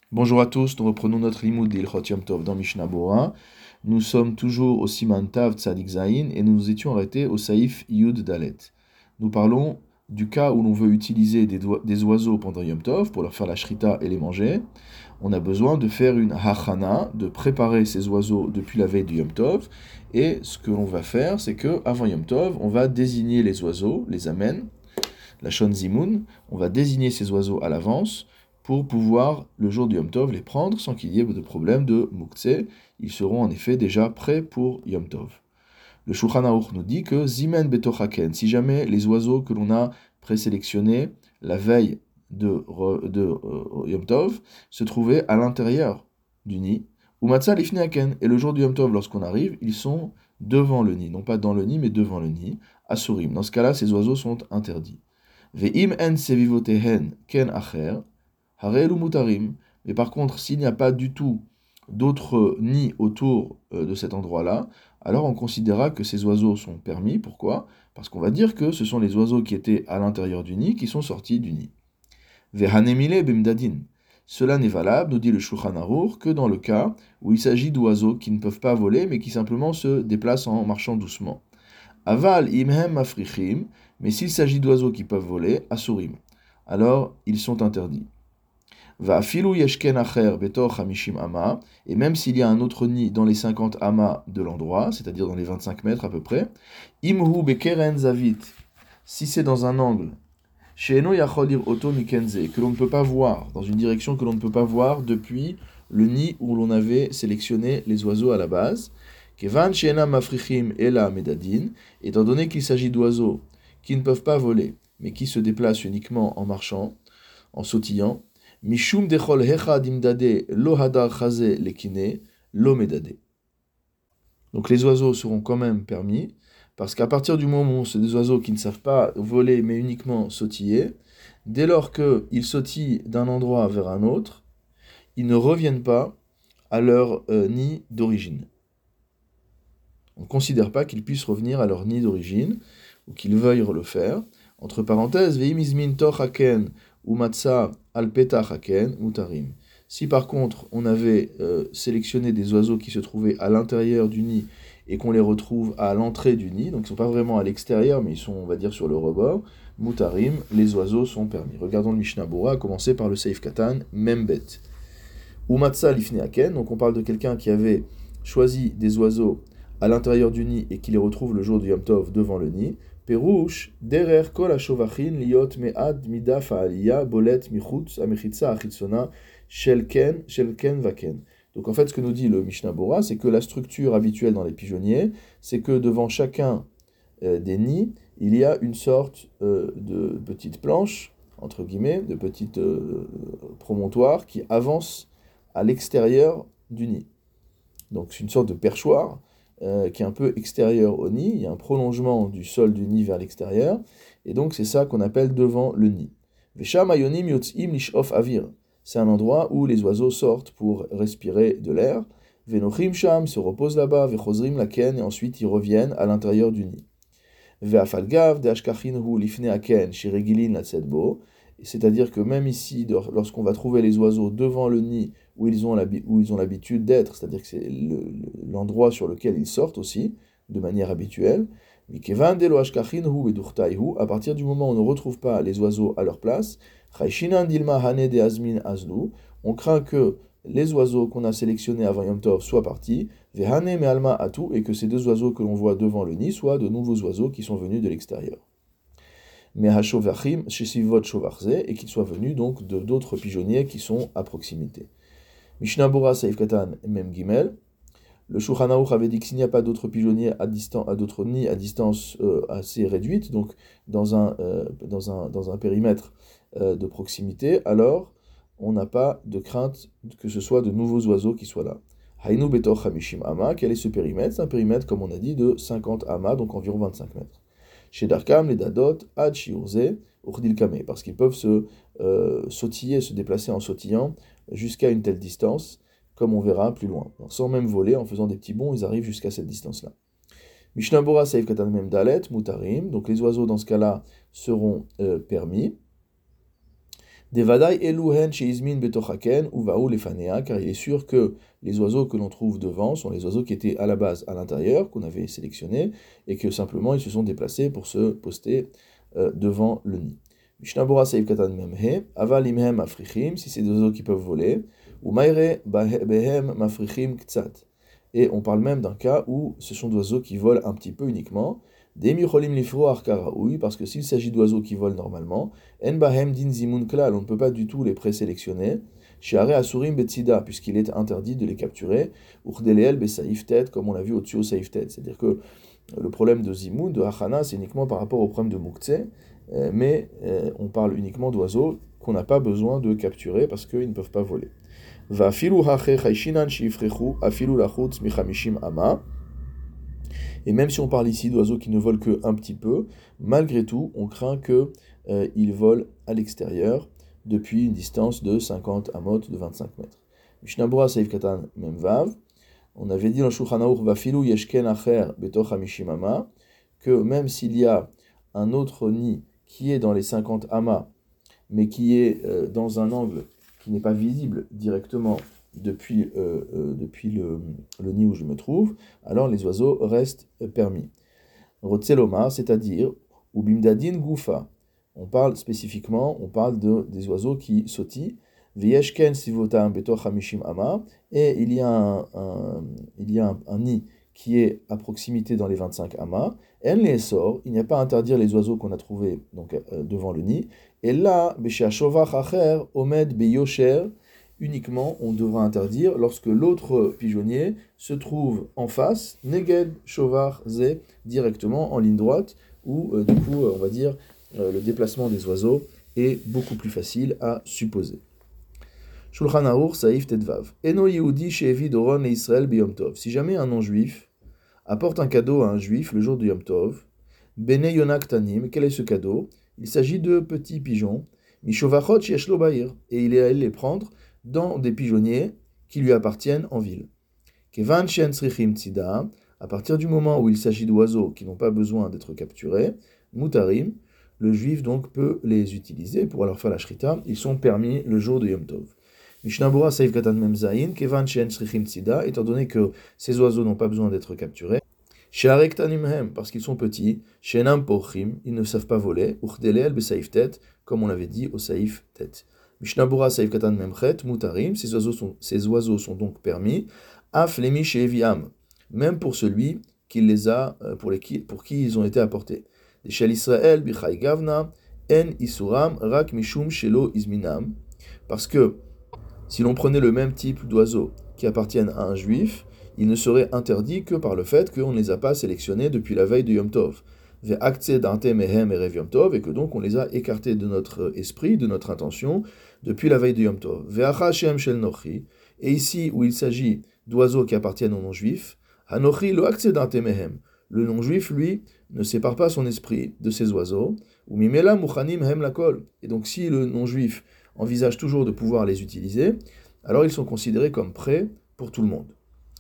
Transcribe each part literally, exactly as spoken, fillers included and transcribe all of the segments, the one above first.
Bonjour à tous, nous reprenons notre limoud d'Ilchot Yom Tov dans Mishnah Bora. Nous sommes toujours au Siman Tav Tzadik Zayin et nous nous étions arrêtés au Saïf Yud Dalet. Nous parlons du cas où l'on veut utiliser des, do- des oiseaux pendant Yom Tov pour leur faire la shrita et les manger. On a besoin de faire une hachana, de préparer ces oiseaux depuis la veille du Yom Tov. Et ce que l'on va faire, c'est que avant Yom Tov, on va désigner les oiseaux, les amen, la Shon Zimoun, on va désigner ces oiseaux à l'avance pour pouvoir, le jour du Yom Tov, les prendre sans qu'il y ait de problème de Mouktsé. Ils seront en effet déjà prêts pour Yom Tov. Le Shulchan Aruch nous dit que Zimen Betochaken, si jamais les oiseaux que l'on a présélectionnés la veille de, de euh, Yom Tov se trouvaient à l'intérieur du nid, ou Matzah Lifneaken, et le jour du Yom Tov, lorsqu'on arrive, ils sont devant le nid, non pas dans le nid, mais devant le nid, à Sourim. Dans ce cas-là, ces oiseaux sont interdits. Ve'im en sevivotehen ken acher, harelu mutarim. Mais par contre, s'il n'y a pas du tout d'autres nids autour euh, de cet endroit-là, alors on considérera que ces oiseaux sont permis. Pourquoi? Parce qu'on va dire que ce sont les oiseaux qui étaient à l'intérieur du nid qui sont sortis du nid. Ve'hanemile bimdadin. Cela n'est valable, nous dit le Shulchan Aruch, que dans le cas où il s'agit d'oiseaux qui ne peuvent pas voler, mais qui simplement se déplacent en marchant doucement. Aval imhem africhim, mais s'il s'agit d'oiseaux qui peuvent voler, asurim, alors ils sont interdits. Va filou yeshken acher betor hamishim ama, et même s'il y a un autre nid dans les cinquante amas de l'endroit, c'est-à-dire dans les vingt-cinq mètres à peu près, imhu bekeren zavit, si c'est dans un angle, sheeno yacholir oto mikenze, que l'on ne peut pas voir, dans une direction que l'on ne peut pas voir depuis le nid où l'on avait sélectionné les oiseaux à la base, Kevan sheena mafrichim ela medadin, étant donné qu'il s'agit d'oiseaux qui ne peuvent pas voler, mais qui se déplacent uniquement en marchant, en sautillant, mishum dechol hecha dimdade lo hadar chaze lekine lo medade. Donc les oiseaux seront quand même permis, parce qu'à partir du moment où c'est des oiseaux qui ne savent pas voler, mais uniquement sautiller, dès lors qu'ils sautillent d'un endroit vers un autre, ils ne reviennent pas à leur euh, nid d'origine. On ne considère pas qu'ils puissent revenir à leur nid d'origine, ou qu'ils veuillent le faire. Entre parenthèses, veimizmin toch haken ou matza al petach haken mutarim. Si par contre on avait euh, sélectionné des oiseaux qui se trouvaient à l'intérieur du nid et qu'on les retrouve à l'entrée du nid, donc ils ne sont pas vraiment à l'extérieur, mais ils sont, on va dire, sur le rebord, mutarim, les oiseaux sont permis. Regardons le Mishnah Bora, à commencer par le Seif Katan, Membet. Ou matza lifne haken, donc on parle de quelqu'un qui avait choisi des oiseaux à l'intérieur du nid et qui les retrouve le jour du Yom Tov devant le nid. Perouche, derer kol hashovachin liot me'ad midaf ha'aliyah bolet michutz amechitza achitsona shelken shelken vaken. Donc en fait, ce que nous dit le Mishnah Bora, c'est que la structure habituelle dans les pigeonniers, c'est que devant chacun euh, des nids, il y a une sorte euh, de petite planche, entre guillemets, de petite euh, promontoire qui avance à l'extérieur du nid. Donc c'est une sorte de perchoir euh, qui est un peu extérieur au nid, il y a un prolongement du sol du nid vers l'extérieur, et donc c'est ça qu'on appelle devant le nid. Vesham ayonim yotzim lishof avir, c'est un endroit où les oiseaux sortent pour respirer de l'air. Venochim sham, se reposent là-bas, vechozrim laken, et ensuite ils reviennent à l'intérieur du nid. Ve'afalgav de'ashkachin hu lifne aken shiregilin latzetbo, c'est-à-dire que même ici, lorsqu'on va trouver les oiseaux devant le nid où ils ont l'habitude d'être, c'est-à-dire que c'est le, l'endroit sur lequel ils sortent aussi, de manière habituelle, à partir du moment où on ne retrouve pas les oiseaux à leur place, on craint que les oiseaux qu'on a sélectionnés avant Yom Tov soient partis, et que ces deux oiseaux que l'on voit devant le nid soient de nouveaux oiseaux qui sont venus de l'extérieur. Mais hashovachim shesivot shovarze, et qu'ils soient venus donc de d'autres pigeonniers qui sont à proximité. Mishnah Bora Saif Katan Mem Gimel. Le Shulchan Aruch avait dit que s'il n'y a pas d'autres pigeonniers à distance, à d'autres nids à distance euh, assez réduite, donc dans un, euh, dans un, dans un périmètre euh, de proximité, alors on n'a pas de crainte que ce soit de nouveaux oiseaux qui soient là. Hainu Betor Hamishim Ama, quel est ce périmètre? C'est un périmètre, comme on a dit, de cinquante amas, donc environ vingt-cinq mètres. Chez Darkam, les Dadot, Ad Shiurze, Urdil Kame, parce qu'ils peuvent se euh, sautiller, se déplacer en sautillant jusqu'à une telle distance, comme on verra plus loin. Donc, sans même voler, en faisant des petits bonds, ils arrivent jusqu'à cette distance-là. Mishnah Bora Saif Katan Mem Dalet, Mutarim, donc les oiseaux dans ce cas-là seront euh, permis. Devadai eluhen sheizmin betochaken uvaou lefanea, car il est sûr que les oiseaux que l'on trouve devant sont les oiseaux qui étaient à la base à l'intérieur, qu'on avait sélectionnés, et que simplement ils se sont déplacés pour se poster euh, devant le nid. Mishnabura Seif Katan Memhe, Aval Imhem Mafrichim, si c'est des oiseaux qui peuvent voler, ou Maire Behem Mafrichim Ktsat. Et on parle même d'un cas où ce sont des oiseaux qui volent un petit peu uniquement, Demi Cholim Lifro Arkaraoui, parce que s'il s'agit d'oiseaux qui volent normalement, En Bahem Din Zimun Klal, on ne peut pas du tout les présélectionner, Shiare Asurim Betsida, puisqu'il est interdit de les capturer, Urdeleel Besaif Tet, comme on l'a vu au-dessus au Saif Tet. C'est-à-dire que le problème de Zimun, de Hachana, c'est uniquement par rapport au problème de Moukhtse, euh, mais euh, on parle uniquement d'oiseaux qu'on n'a pas besoin de capturer parce qu'ils ne peuvent pas voler. Va filu hache chayshinan shifrechu afilu lachutz michamishim ama. Et même si on parle ici d'oiseaux qui ne volent que un petit peu, malgré tout, on craint qu'ils euh, volent à l'extérieur depuis une distance de cinquante amot, de vingt-cinq mètres. Mishnabura Seif Katan Memvav. On avait dit dans Shulchan Aruch vafilu yeshken acher betoch hamishim ama, que même s'il y a un autre nid qui est dans les cinquante amas, mais qui est euh, dans un angle qui n'est pas visible directement depuis, euh, euh, depuis le, le nid où je me trouve, alors les oiseaux restent euh, permis. Rotzeloma, c'est-à-dire, ou bimdadin gufa, on parle spécifiquement, on parle de, des oiseaux qui sautillent, veyeshken sivotam betoch hamishim ama, et il y a un, un, il y a un, un nid qui est à proximité dans les vingt-cinq amas, en les sort, il n'y a pas à interdire les oiseaux qu'on a trouvés donc, euh, devant le nid, et là, Besha Shovach Acher, Omed Beyosher, uniquement on devra interdire lorsque l'autre pigeonnier se trouve en face, Neged Shovar Ze, directement en ligne droite, où euh, du coup, euh, on va dire, euh, le déplacement des oiseaux est beaucoup plus facile à supposer. Shulchan Aruch Saif Tedvav. Eno Yehudi Shevi Doron et Israël Biyom Tov. Si jamais un non-juif apporte un cadeau à un juif le jour du Yom Tov, Bene Yonak Tanim, quel est ce cadeau? Il s'agit de petits pigeons, Mishovachot Yeshlo Baïr, et il est allé les prendre dans des pigeonniers qui lui appartiennent en ville. Kevan Shen Srichim Tzida, à partir du moment où il s'agit d'oiseaux qui n'ont pas besoin d'être capturés, Mutarim, le juif donc peut les utiliser pour leur faire la shrita, ils sont permis le jour de Yom Tov. Mishnabura Saif Katan Memzaïn, Kevan Shen Srichim Tzida, étant donné que ces oiseaux n'ont pas besoin d'être capturés, Shearek Tanimhem, parce qu'ils sont petits, Shenam Pochim, ils ne savent pas voler, Uchdelel Besaif Tet, comme on l'avait dit au Saif Tet. Mishnabura Saif Katan Memchet, Mutarim, ces oiseaux sont, ces oiseaux sont donc permis, Af Lemi Sheviam, même pour celui qui les a, pour, les, pour qui ils ont été apportés. Des Shel Israël, Bichai Gavna, En Isuram, Rak Mishum Shelo Izminam, parce que si l'on prenait le même type d'oiseaux qui appartiennent à un juif, il ne serait interdit que par le fait qu'on ne les a pas sélectionnés depuis la veille de Yom Tov. Et que donc on les a écartés de notre esprit, de notre intention, depuis la veille de Yom Tov. Et ici, où il s'agit d'oiseaux qui appartiennent aux non-juifs, le non-juif, lui, ne sépare pas son esprit de ces oiseaux. Et donc si le non-juif envisage toujours de pouvoir les utiliser, alors ils sont considérés comme prêts pour tout le monde.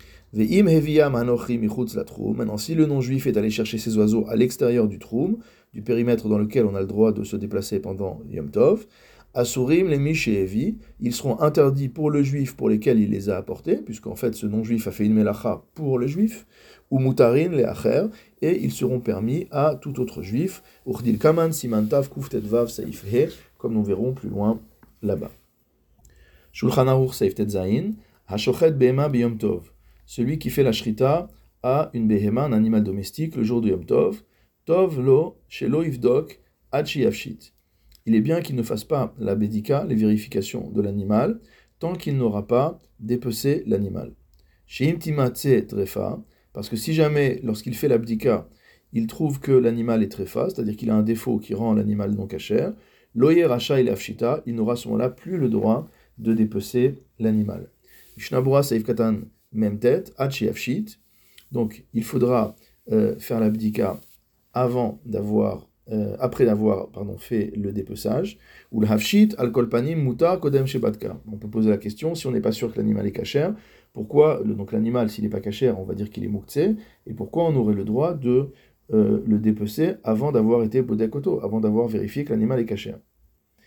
Maintenant, si le non-juif est allé chercher ces oiseaux à l'extérieur du troum, du périmètre dans lequel on a le droit de se déplacer pendant Yom Tov, Asurim les Mishévi, ils seront interdits pour le juif pour lesquels il les a apportés, puisqu'en fait ce non-juif a fait une melacha pour le juif, ou Mutarin les Acher, et ils seront permis à tout autre juif, Urdil Kaman Simantav Kuftet Vav Saif He, comme nous verrons plus loin là-bas. Shulchan Aruch Saif Tet Zayin, Hashochet Behema B'Yom Tov. Celui qui fait la shrita à une behema, un animal domestique, le jour de Yom Tov, Tov lo, shelo ivdok, achi yafshit. Il est bien qu'il ne fasse pas la bédika, les vérifications de l'animal, tant qu'il n'aura pas dépecé l'animal. Sheim timatse trefa, parce que si jamais, lorsqu'il fait la bdika, il trouve que l'animal est trefa, c'est-à-dire qu'il a un défaut qui rend l'animal non kasher, loyer racha il afshita, il n'aura à ce moment-là plus le droit de dépecer l'animal. Mishnabura saif katan même tête, Hachiafshit. Donc, il faudra euh, faire l'abdika avant d'avoir, euh, après d'avoir pardon, fait le dépeçage. Ou le hafshit, al-kolpanim, muta, kodem shebatka. On peut poser la question, si on n'est pas sûr que l'animal est kasher, pourquoi, le, donc l'animal, s'il n'est pas kasher, on va dire qu'il est mouktsé, et pourquoi on aurait le droit de euh, le dépecer avant d'avoir été bodekoto, avant d'avoir vérifié que l'animal est kasher.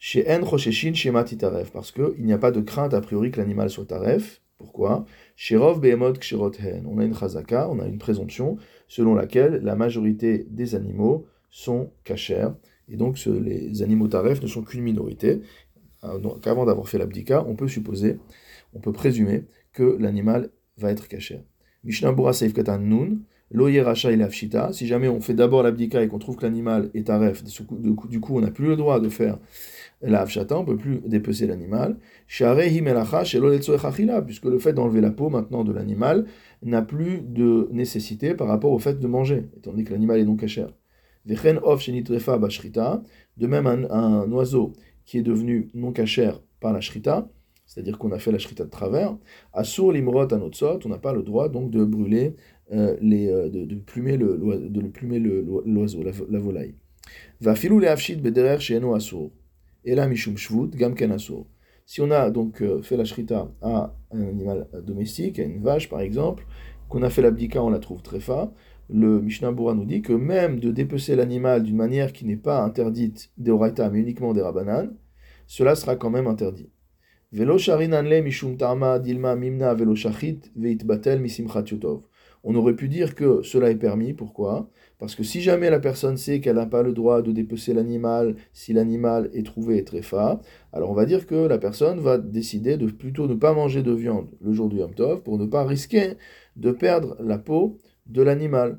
Chez En Chosheshin Shema Titaref, parce qu'il n'y a pas de crainte a priori que l'animal soit taref. Pourquoi? Chez Rov Behemot Kshirot Hen. On a une chazaka, on a une présomption selon laquelle la majorité des animaux sont kashers. Et donc ce, les animaux taref ne sont qu'une minorité. Donc avant d'avoir fait l'abdika, on peut supposer, on peut présumer que l'animal va être kasher. Mishnah Bura Seif Katan Nun. Lo yeracha il afshita. Si jamais on fait d'abord l'abdika et qu'on trouve que l'animal est taref, du coup on n'a plus le droit de faire la afshata, on ne peut plus dépecer l'animal. Sharehi melacha shelo letzoech achila, puisque le fait d'enlever la peau maintenant de l'animal n'a plus de nécessité par rapport au fait de manger, étant donné que l'animal est non kasher. Vechen of shenitrefa bashrita. De même un, un oiseau qui est devenu non kasher par la shrita, c'est-à-dire qu'on a fait la shrita de travers, asur limrot anotsot, on n'a pas le droit donc de brûler Euh, les, euh, de, de plumer le, de le plumer le, l'oiseau, la, la volaille. Va filou le afshit bederer sheeno asur. Et là mishum shvut gam ken asur. Si on a donc euh, fait la shrita à un animal domestique, à une vache par exemple, qu'on a fait l'abdika, on la trouve tréfa, le Mishnah Bura nous dit que même de dépecer l'animal d'une manière qui n'est pas interdite des oraita mais uniquement des rabanan, cela sera quand même interdit. Velo sharinan le mishum ta'ama dilma mimna velo shachit veit batel misimchat yotov. On aurait pu dire que cela est permis, pourquoi? Parce que si jamais la personne sait qu'elle n'a pas le droit de dépecer l'animal, si l'animal est trouvé tréfa, alors on va dire que la personne va décider de plutôt ne pas manger de viande le jour du Yom Tov pour ne pas risquer de perdre la peau de l'animal.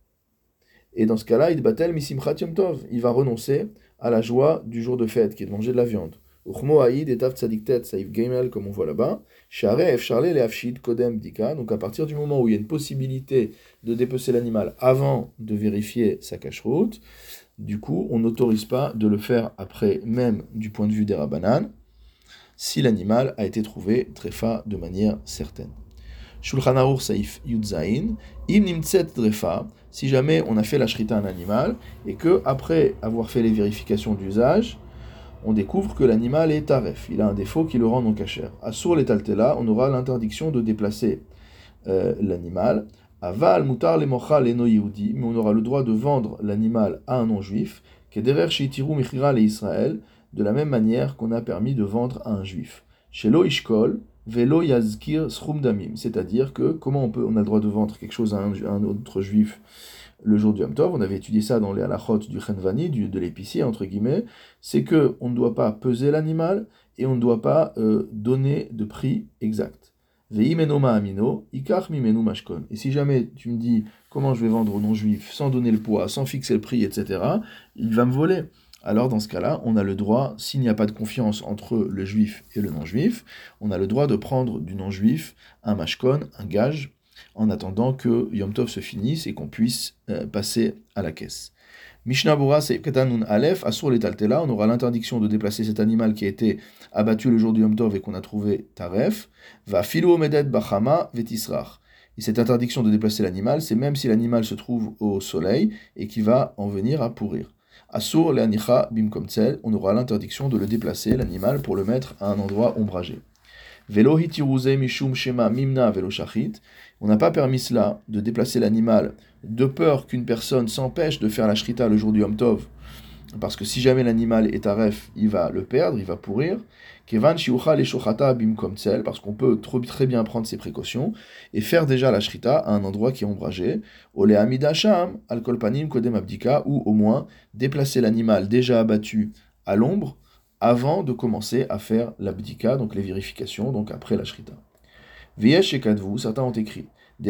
Et dans ce cas-là, il batel misimchat Yom Tov, il va renoncer à la joie du jour de fête, qui est de manger de la viande. Uchmo Haïd et Tav Tzadiktet Saïf Gaimel, comme on voit là-bas, Share F Charle le Afshid Kodem Bdika. Donc à partir du moment où il y a une possibilité de dépecer l'animal avant de vérifier sa cacheroute, du coup on n'autorise pas de le faire après, même du point de vue des Rabbanan, si l'animal a été trouvé tréfa de manière certaine. Shulchan Aruch Saïf Yudzaïn, Im Nimtset Drefa, si jamais on a fait la shrita à un animal et que après avoir fait les vérifications d'usage, on découvre que l'animal est taref, il a un défaut qui le rend non kasher. Asur letaltela, on aura l'interdiction de déplacer euh, l'animal. Aval mutar le mochal eno yehudi, mais on aura le droit de vendre l'animal à un non-juif. Kederer sheitiru michira le Israël, de la même manière qu'on a permis de vendre à un juif. Shelo ishkol velo yazkir srum damim, c'est-à-dire que comment on peut, on a le droit de vendre quelque chose à un, à un autre juif le jour du Yom Tov, on avait étudié ça dans les halachot du Chenvani, du, de l'épicier, entre guillemets, c'est que on ne doit pas peser l'animal et on ne doit pas euh, donner de prix exact. Ve'imenoma amino, ikach mimenu mashkon. Et si jamais tu me dis comment je vais vendre au non-juif sans donner le poids, sans fixer le prix, et cetera, il va me voler. Alors dans ce cas-là, on a le droit, s'il n'y a pas de confiance entre le juif et le non-juif, on a le droit de prendre du non-juif un mashkon, un gage, en attendant que Yom Tov se finisse et qu'on puisse euh, passer à la caisse. Mishnah Bura Seif Katan Nun Aleph, Asur letaltela, on aura l'interdiction de déplacer cet animal qui a été abattu le jour du Yom Tov et qu'on a trouvé taref, va filo omedet bachama vetisrach. Et cette interdiction de déplacer l'animal, c'est même si l'animal se trouve au soleil et qui va en venir à pourrir. Asur leanicha bimkomtzel, on aura l'interdiction de le déplacer, l'animal, pour le mettre à un endroit ombragé. Velo hitiruze mishum shema mimna velo shachit. On n'a pas permis cela, de déplacer l'animal, de peur qu'une personne s'empêche de faire la shrita le jour du Yom Tov, parce que si jamais l'animal est taref, il va le perdre, il va pourrir. Kevan shiucha le shochata bimkom tsel, parce qu'on peut trop, très bien prendre ses précautions et faire déjà la shrita à un endroit qui est ombragé. Ole amida sham al kolpanim kodem abdika, ou au moins déplacer l'animal déjà abattu à l'ombre avant de commencer à faire l'abdika, donc les vérifications, donc après la shrita. V'yesh shekadvu, certains ont écrit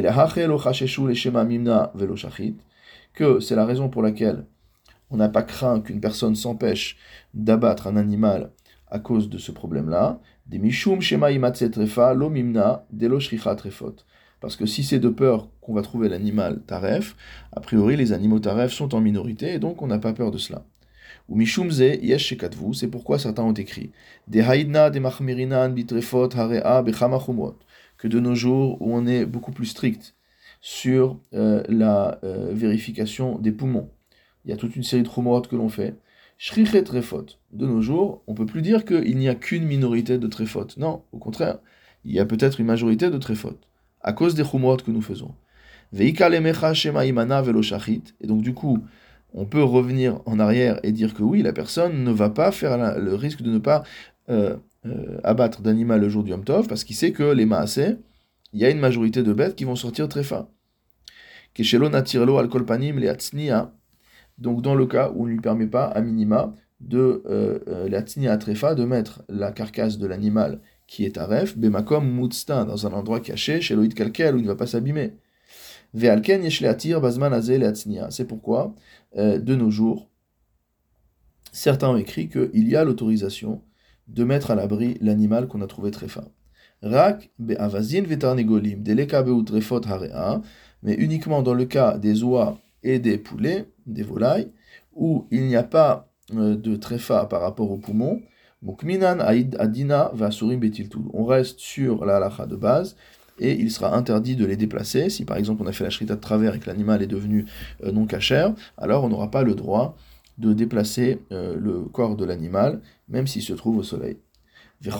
que c'est la raison pour laquelle on n'a pas craint qu'une personne s'empêche d'abattre un animal à cause de ce problème-là. Des mishum shema imatse trefa lo mimna delo shricha trefot. Parce que si c'est de peur qu'on va trouver l'animal taref, a priori les animaux taref sont en minorité et donc on n'a pas peur de cela. Ou mishum ze yesh shekadvu, c'est pourquoi certains ont écrit de haidna de machmirinan bitrefot harea bechama chumrot, que de nos jours où on est beaucoup plus strict sur euh, la euh, vérification des poumons. Il y a toute une série de chumrot que l'on fait. Shriche trefot. De nos jours, on ne peut plus dire qu'il n'y a qu'une minorité de trefot. Non, au contraire, il y a peut-être une majorité de trefot, à cause des chumrot que nous faisons. Veika lemecha shema imana velo shachit. Et donc du coup, on peut revenir en arrière et dire que oui, la personne ne va pas faire la, le risque de ne pas euh, euh, abattre d'animal le jour du Yom Tov, parce qu'il sait que les maaseh, il y a une majorité de bêtes qui vont sortir tréfa. Keshelo natirlo al kolpanim le atznia. Donc dans le cas où on ne lui permet pas, à minima, de euh, euh, la tnia tréfa, de mettre la carcasse de l'animal qui est taref, bemakom mutstin, dans un endroit caché, chez l'oïd calkel, où il ne va pas s'abîmer. Ve'alken yesh le'atir bazman azeh le'atznia. C'est pourquoi, euh, de nos jours, certains ont écrit qu'il y a l'autorisation de mettre à l'abri l'animal qu'on a trouvé tréfa. Rak be'avazin ve'tarnegolim, deleka be'utrefot harea, mais uniquement dans le cas des oies et des poulets, des volailles, où il n'y a pas euh, de tréfa par rapport aux poumons, mukminan adina va'asurim betiltul. On reste sur la halacha de base, et il sera interdit de les déplacer. Si par exemple on a fait la shrita de travers et que l'animal est devenu euh, non cachère, alors on n'aura pas le droit de déplacer euh, le corps de l'animal, même s'il se trouve au soleil. Tout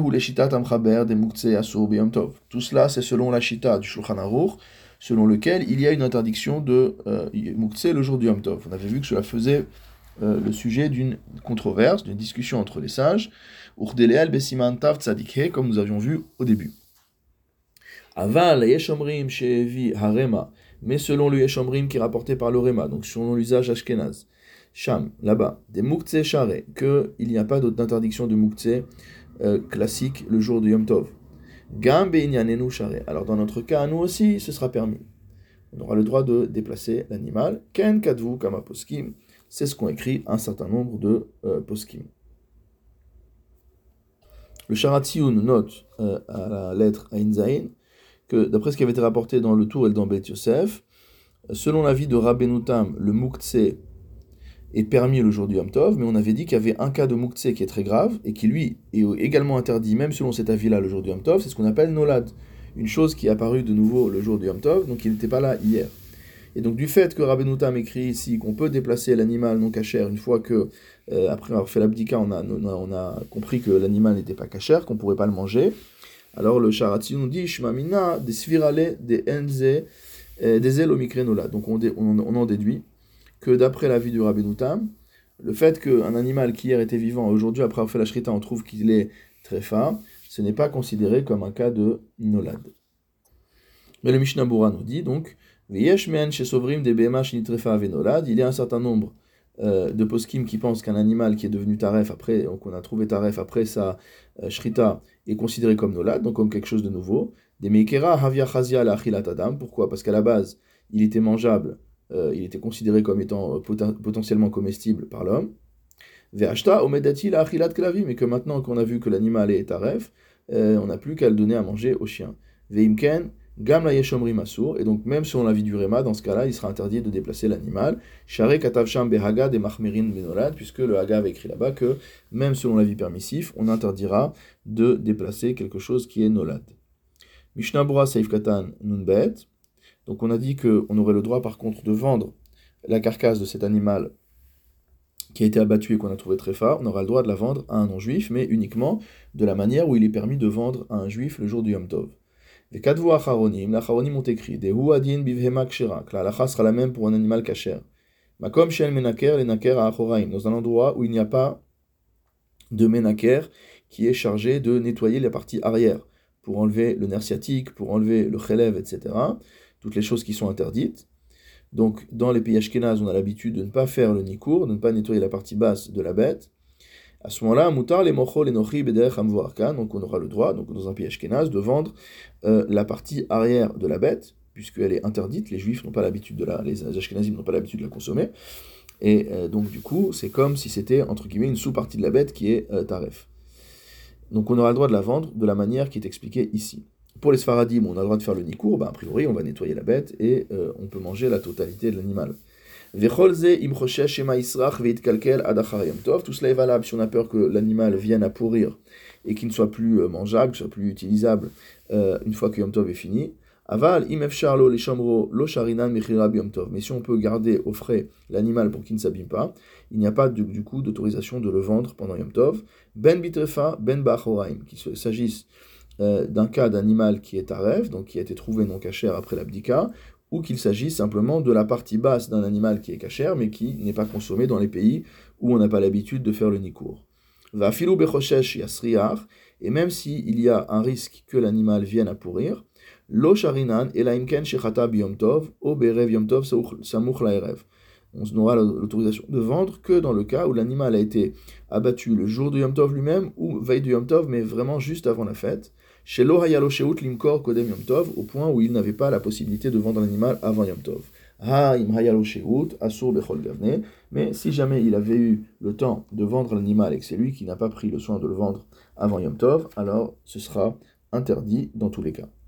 cela, c'est selon la shita du Shulchan Aruch, selon lequel il y a une interdiction de euh, Muktzeh le jour du Yom Tov. On avait vu que cela faisait euh, le sujet d'une controverse, d'une discussion entre les sages, Urdeleal Besiman Tav Tzadikhe, comme nous avions vu au début. Aval Yeshomrim Shevi Harema, mais selon le Yeshomrim qui est rapporté par le Rema, donc selon l'usage ashkenaz, Sham, là-bas, des Muktzeh Share, qu'il n'y a pas d'interdiction de Muktzeh euh, classique le jour du Yom Tov. Gam Beinyanenu Share. Alors dans notre cas, à nous aussi, ce sera permis. On aura le droit de déplacer l'animal. Ken Kadvu Kama Poskim, c'est ce qu'ont écrit un certain nombre de euh, Poskim. Le Sharatioun note euh, à la lettre Ain Zain que d'après ce qui avait été rapporté dans le Tour et dans Beth Yosef, selon l'avis de Rabbeinu Tam, le Muktzeh est permis le jour du Yom Tov, mais on avait dit qu'il y avait un cas de Muktzeh qui est très grave, et qui lui est également interdit, même selon cet avis-là, le jour du Yom Tov, c'est ce qu'on appelle Nolad, une chose qui est apparue de nouveau le jour du Yom Tov, donc il n'était pas là hier. Et donc du fait que Rabbeinu Tam écrit ici qu'on peut déplacer l'animal non cachère une fois que, euh, après avoir fait l'abdika, on a, on, a, on a compris que l'animal n'était pas cachère, qu'on ne pourrait pas le manger, alors le Sharatzi nous dit, Shmamina, des svirale, des enze, des el omikre Nolad. Donc on, on, on en déduit que d'après l'avis du Rabbeinu Tam, le fait qu'un animal qui hier était vivant, aujourd'hui après avoir fait la shrita, on trouve qu'il est tréfa, ce n'est pas considéré comme un cas de nolad. Mais le Mishnah Bura nous dit donc, il y a un certain nombre euh, de poskim qui pensent qu'un animal qui est devenu taref après, qu'on a trouvé taref après sa euh, shrita, est considéré comme nolad, donc comme quelque chose de nouveau. Des meikera havia chazia la achilat adam. Pourquoi ? Parce qu'à la base, il était mangeable. Euh, il était considéré comme étant euh, poten- potentiellement comestible par l'homme. Ve'ashta omedati la achilat klavim, mais que maintenant qu'on a vu que l'animal est taref, euh, on n'a plus qu'à le donner à manger aux chiens. Ve'imken gam la yeshomri masur, et donc même selon l'avis du Réma, dans ce cas-là, il sera interdit de déplacer l'animal. Share katav sham behaga de machmerin benolad, puisque le Haga avait écrit là-bas que même selon l'avis permissif, on interdira de déplacer quelque chose qui est nolad. Mishnah Bura Seif Katan Nunbet. Donc on a dit qu'on aurait le droit par contre de vendre la carcasse de cet animal qui a été abattu et qu'on a trouvé très fort, on aura le droit de la vendre à un non-juif, mais uniquement de la manière où il est permis de vendre à un juif le jour du Yom Tov. Les kadvu acharonim, les acharonim ont écrit des huadin bivhema kshera, que la halacha sera la même pour un animal kasher. Makom shel menaker les naker à achoraim, dans un endroit où il n'y a pas de menaker qui est chargé de nettoyer la partie arrière pour enlever le nerf sciatique, pour enlever le chelev, et cetera. Toutes les choses qui sont interdites. Donc, dans les pays ashkénazes, on a l'habitude de ne pas faire le nikour, de ne pas nettoyer la partie basse de la bête. À ce moment-là, mutar les mochol et nochi bederech amvoarkan, donc on aura le droit, donc dans un pays ashkénaze, de vendre euh, la partie arrière de la bête, puisqu'elle est interdite. Les juifs n'ont pas l'habitude de la, les ashkénazim n'ont pas l'habitude de la consommer. Et euh, donc, du coup, c'est comme si c'était, entre guillemets, une sous-partie de la bête qui est euh, taref. Donc, on aura le droit de la vendre de la manière qui est expliquée ici. Pour les Sfaradim, on a le droit de faire le nikour, ben a priori on va nettoyer la bête et euh, on peut manger la totalité de l'animal. Tout cela est valable si on a peur que l'animal vienne à pourrir et qu'il ne soit plus euh, mangeable, qu'il ne soit plus utilisable euh, une fois que Yom Tov est fini. Aval, im efshar lo leshamro lo sharinan mechira b'Yom Tov. Mais si on peut garder au frais l'animal pour qu'il ne s'abîme pas, il n'y a pas du, du coup d'autorisation de le vendre pendant Yom Tov. Ben bitrefa, ben ba'achoraim, qu'il s'agisse Euh, d'un cas d'animal qui est taref, donc qui a été trouvé non cachère après l'abdika, ou qu'il s'agit simplement de la partie basse d'un animal qui est cachère, mais qui n'est pas consommé dans les pays où on n'a pas l'habitude de faire le nikour. Va filou bechoshesh yasriar, et même s'il y a un risque que l'animal vienne à pourrir, lo sharinan elaimken shechata biyom tov, o berev yom tov samuch laerev. On n'aura l'autorisation de vendre que dans le cas où l'animal a été abattu le jour de Yom Tov lui-même ou veille de Yom Tov, mais vraiment juste avant la fête. Chez lo hayalo sheut limkor kodem Yom Tov, au point où il n'avait pas la possibilité de vendre l'animal avant Yom Tov. Ha im hayalo sheut asur bechol gavne. Mais si jamais il avait eu le temps de vendre l'animal et que c'est lui qui n'a pas pris le soin de le vendre avant Yom Tov, alors ce sera interdit dans tous les cas.